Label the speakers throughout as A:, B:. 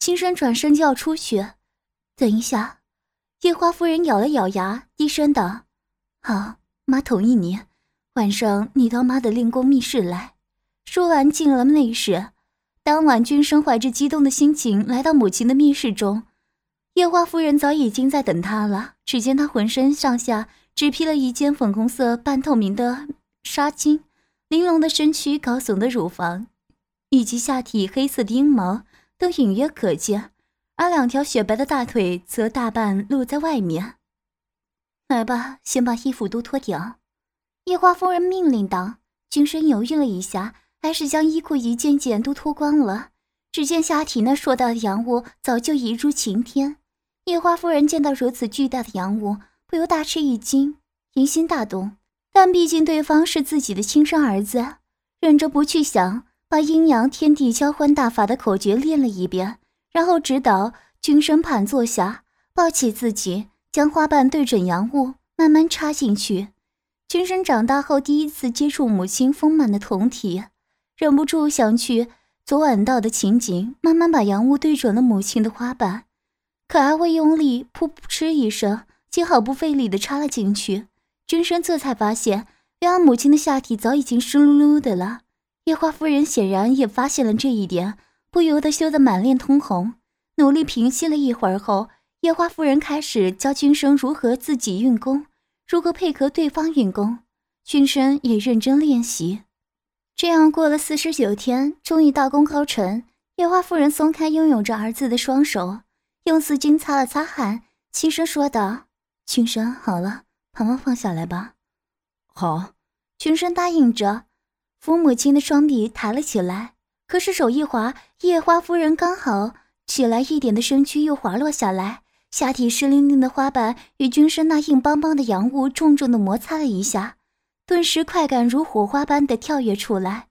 A: 青山转身就要出去。等一下，夜花夫人咬了咬牙，低声道：“好，妈同意你，晚上你到妈的练功密室来。”说完进了内室。当晚君生怀着激动的心情来到母亲的密室中，夜花夫人早已经在等他了。只见他浑身上下只披了一件粉红色半透明的纱巾，玲珑的身躯、高耸的乳房以及下体黑色的阴毛都隐约可见，而2条雪白的大腿则大半露在外面。来吧，先把衣服都脱掉。夜花夫人命令道。君生犹豫了一下，还是将衣裤一件件都脱光了。只见下体那硕大的阳物早就一如晴天。夜花夫人见到如此巨大的阳物，不由大吃一惊，疑心大动。但毕竟对方是自己的亲生儿子，忍着不去想，把阴阳天地交换大法的口诀练了一遍，然后指导君生盘坐下，抱起自己，将花瓣对准阳物慢慢插进去。君生长大后第一次接触母亲丰满的酮体，忍不住想去昨晚到的情景，慢慢把阳物对准了母亲的花瓣，可还未用力，噗嗤一声，竟毫不费力地插了进去。君生这才发现，原来母亲的下体早已经湿漉漉的了。夜花夫人显然也发现了这一点，不由得羞得满脸通红。努力平息了一会儿后，夜花夫人开始教君生如何自己运功，如何配合对方运功。君生也认真练习。这样过了49天，终于大功告成。夜花夫人松开拥有着儿子的双手，用丝巾擦了擦汗，轻声说道：“君生，好了，把妈放下来吧。”
B: 好。
A: 君生答应着，扶母亲的双臂抬了起来。可是手一滑，夜花夫人刚好起来一点的身躯又滑落下来，下体湿淋淋的花瓣与君生那硬邦邦的阳物重重地摩擦了一下，顿时快感如火花般的跳跃出来。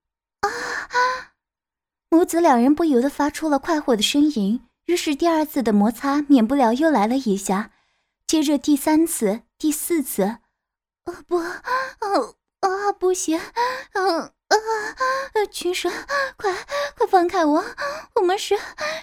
A: 母子2人不由得发出了快活的呻吟。于是第2次的摩擦免不了又来了一下，接着第3次、第4次。不行，君生，快放开我，我们是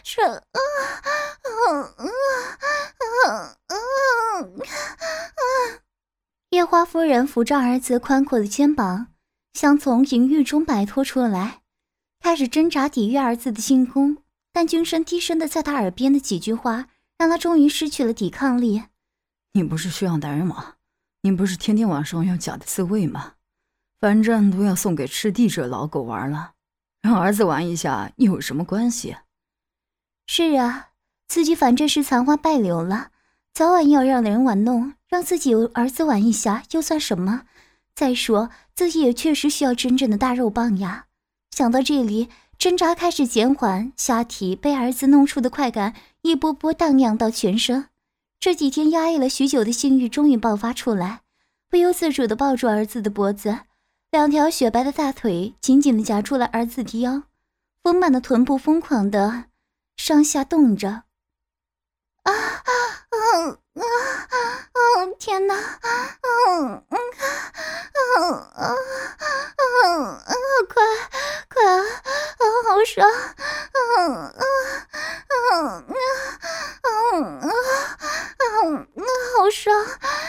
A: 夜花夫人扶着儿子宽阔的肩膀，想从淫欲中摆脱出来，开始挣扎抵御儿子的进攻。但君生低声的在他耳边的几句话，让他终于失去了抵抗力。
B: 你不是需要男人吗？你不是天天晚上要假的自慰吗？反正都要送给赤帝这老狗玩了，让儿子玩一下又有什么关系？
A: 是啊，自己反正是残花败柳了，早晚要让人玩弄，让自己儿子玩一下又算什么？再说自己也确实需要真正的大肉棒呀。想到这里，挣扎开始减缓，下体被儿子弄出的快感一波波荡漾到全身。这几天压抑了许久的性欲终于爆发出来，不由自主地抱住儿子的脖子，2条雪白的大腿紧紧地夹住了儿子的腰，丰满的臀部疯狂地上下动着。天哪！快啊！好爽！好爽！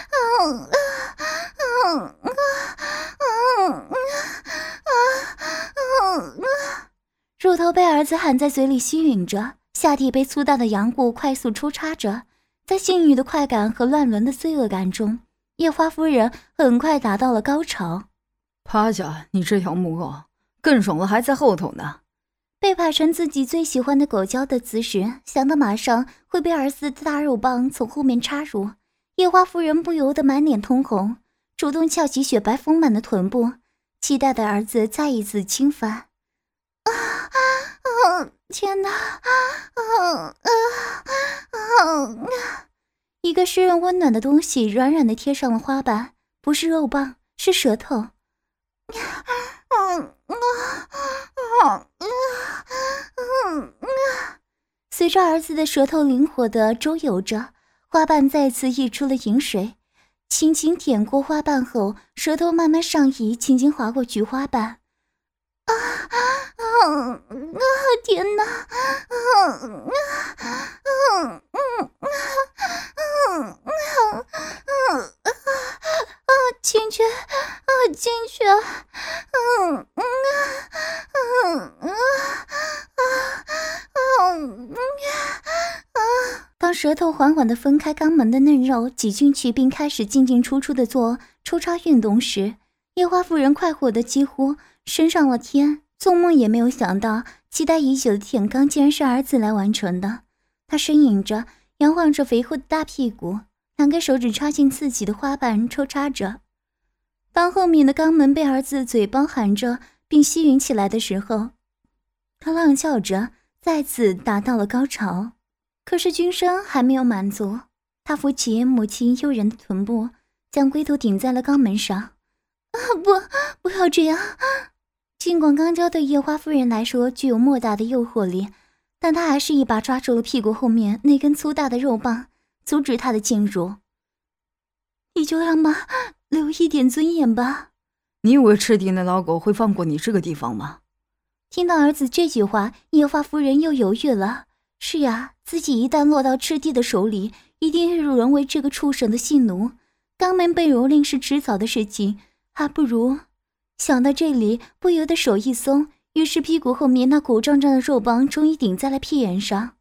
A: 乳头被儿子含在嘴里吸吮着，下体被粗大的阳物快速抽插着。在性欲的快感和乱伦的罪恶感中，夜花夫人很快达到了高潮。
B: 趴下，你这条木偶，更爽的还在后头呢。
A: 被摆成自己最喜欢的狗交的姿势，想到马上会被儿子的大肉棒从后面插入，夜花夫人不由得满脸通红，主动翘起雪白丰满的臀部，期待的儿子再一次侵犯。天哪！一个湿润温暖的东西软软地贴上了花瓣，不是肉棒，是舌头。随着儿子的舌头灵活地周游着，花瓣再次溢出了饮水，轻轻舔过花瓣后，舌头慢慢上移，轻轻划过菊花瓣。天哪！ 进去，进去，当舌头缓缓地分开肛门的嫩肉挤进去，并开始进进出出地做抽插运动时，夜花夫人快活得几乎升上了天，做梦也没有想到，期待已久的舔肛竟然是儿子来完成的。她呻吟着，摇晃着肥厚的大屁股，两个手指插进自己的花瓣抽插着。当后面的肛门被儿子嘴包含着并吸吮起来的时候，她浪叫着，再次达到了高潮。可是君生还没有满足，他扶起母亲诱人的臀部，将龟头顶在了肛门上。不要这样！尽管肛交对夜花夫人来说具有莫大的诱惑力，但她还是一把抓住了屁股后面那根粗大的肉棒，阻止她的进入。你就让妈留一点尊严吧。
B: 你以为赤地那老狗会放过你这个地方吗？
A: 听到儿子这句话，夜花夫人又犹豫了。是呀，自己一旦落到赤地的手里，一定会沦为这个畜生的性奴。肛门被蹂躏是迟早的事情，还不如……想到这里，不由得手一松，于是屁股后面那鼓胀胀的肉棒终于顶在了屁眼上。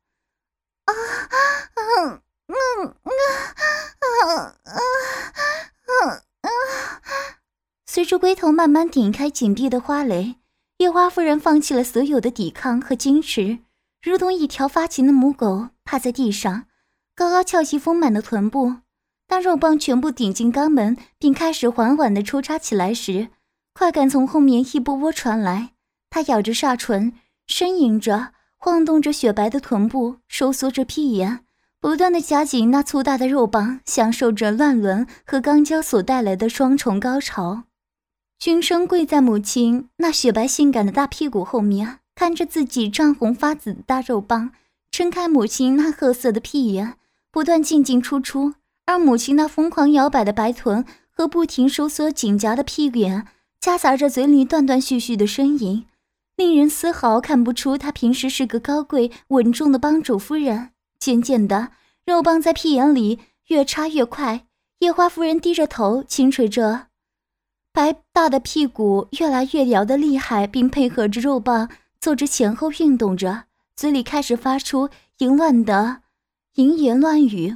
A: 随着龟头慢慢顶开紧闭的花蕾，夜花夫人放弃了所有的抵抗和矜持，如同一条发情的母狗趴在地上，高高翘起丰满的臀部。当肉棒全部顶进肛门并开始缓缓地抽插起来时，快感从后面一波波传来。她咬着下唇，呻吟着，晃动着雪白的臀部，收缩着屁眼，不断地夹紧那粗大的肉棒，享受着乱伦和肛交所带来的双重高潮。君生跪在母亲那雪白性感的大屁股后面，看着自己涨红发紫的大肉棒撑开母亲那褐色的屁眼，不断进进出出，而母亲那疯狂摇摆的白臀和不停收缩紧夹的屁眼夹杂着嘴里断断续续的呻吟，令人丝毫看不出她平时是个高贵稳重的帮主夫人。渐渐的，肉棒在屁眼里越插越快，夜花夫人低着头轻捶着白大的屁股，越来越摇得厉害，并配合着肉棒做着前后运动着，嘴里开始发出淫乱的淫言乱语。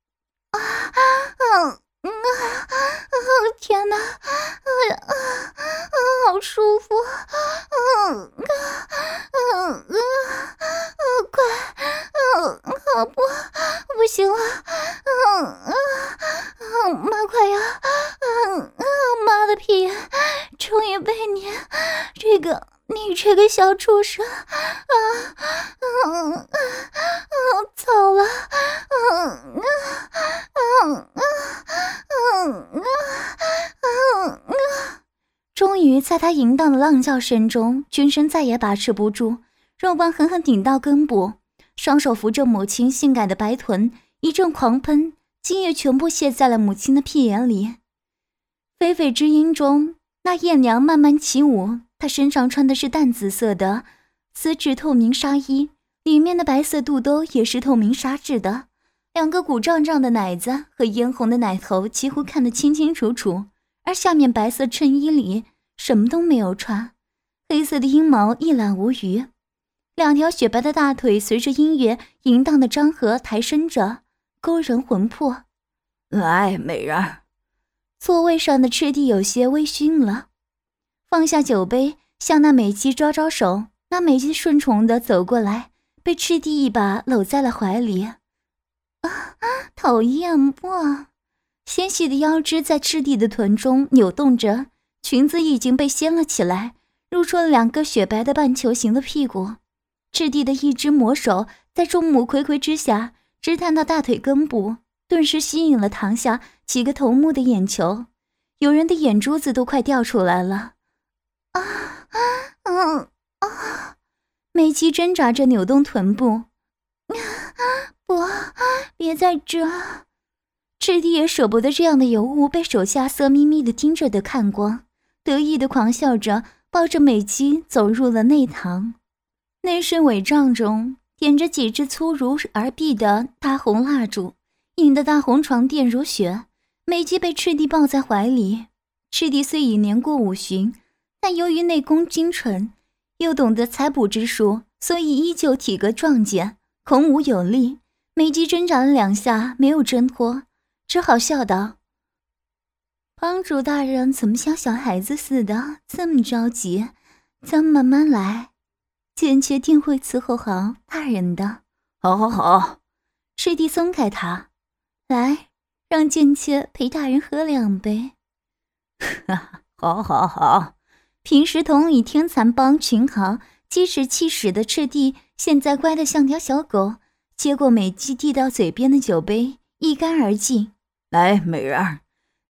A: 天哪，好舒服！快，不行了！妈快呀！妈的屁，终于被你这个小畜生操了！终于在他淫荡的浪叫声中，君生再也把持不住，肉棒狠狠顶到根部，双手扶着母亲性感的白臀，一阵狂喷，精液全部泄在了母亲的屁眼里。霏霏之音中，那艳娘慢慢起舞，她身上穿的是淡紫色的丝质透明纱衣，里面的白色肚兜也是透明纱质的，两个鼓胀胀的奶子和嫣红的奶头几乎看得清清楚楚，而下面白色衬衣里什么都没有穿，黑色的阴毛一览无余，两条雪白的大腿随着音乐淫荡的张合抬升着，勾人魂魄。
B: 来，美人儿。
A: 座位上的赤地有些微醺了，放下酒杯，向那美姬招招手，那美姬顺从地走过来，被赤地一把搂在了怀里。讨厌不？纤细的腰肢在赤地的臀中扭动着，裙子已经被掀了起来，露出了两个雪白的半球形的屁股。赤地的一只魔手在众目睽睽之下直探到大腿根部，顿时吸引了堂下几个头目的眼球，有人的眼珠子都快掉出来了。美姬挣扎着扭动臀部。不，别在这！赤地也舍不得这样的尤物被手下色眯眯的盯着的看光，得意的狂笑着，抱着美姬走入了内堂。内室帷帐中， 点着几支粗如儿臂的大红蜡烛，引得大红床垫如雪，美姬被赤帝抱在怀里。赤帝虽已年过50，但由于内功精纯，又懂得采补之术，所以依旧体格壮健，孔武有力。美姬挣扎了2下，没有挣脱，只好笑道：帮主大人怎么像小孩子似的这么着急？咱们慢慢来，贱妾定会伺候好大人的。
B: 好好好。
A: 赤帝松开他，来，让贱妾陪大人喝2杯。
B: 好好好。
A: 平时同以天残帮群豪颀指气使的赤帝，现在乖得像条小狗，接过美姬递到嘴边的酒杯，一干而尽。
B: 来，美人儿，